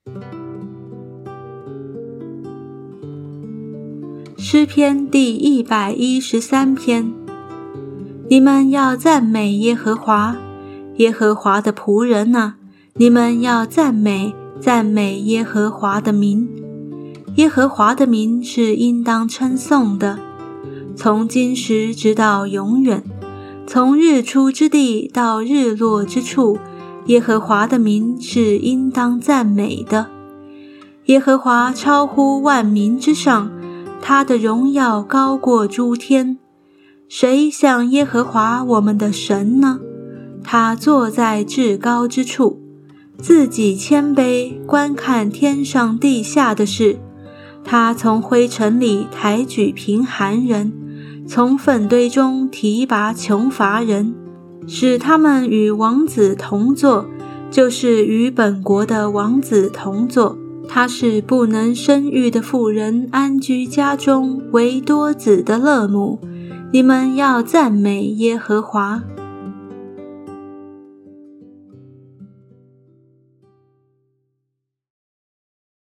诗篇第113篇。你们要赞美耶和华，耶和华的仆人啊，你们要赞美耶和华的名。耶和华的名是应当称颂的，从今时直到永远，从日出之地到日落之处，耶和华的名是应当赞美的。耶和华超乎万民之上，他的荣耀高过诸天。谁像耶和华我们的神呢？他坐在至高之处，自己谦卑，观看天上地下的事。他从灰尘里抬举贫寒人，从粪堆中提拔穷乏人，使他们与王子同坐，就是与本国的王子同坐。他是不能生育的妇人安居家中，为多子的乐母。你们要赞美耶和华。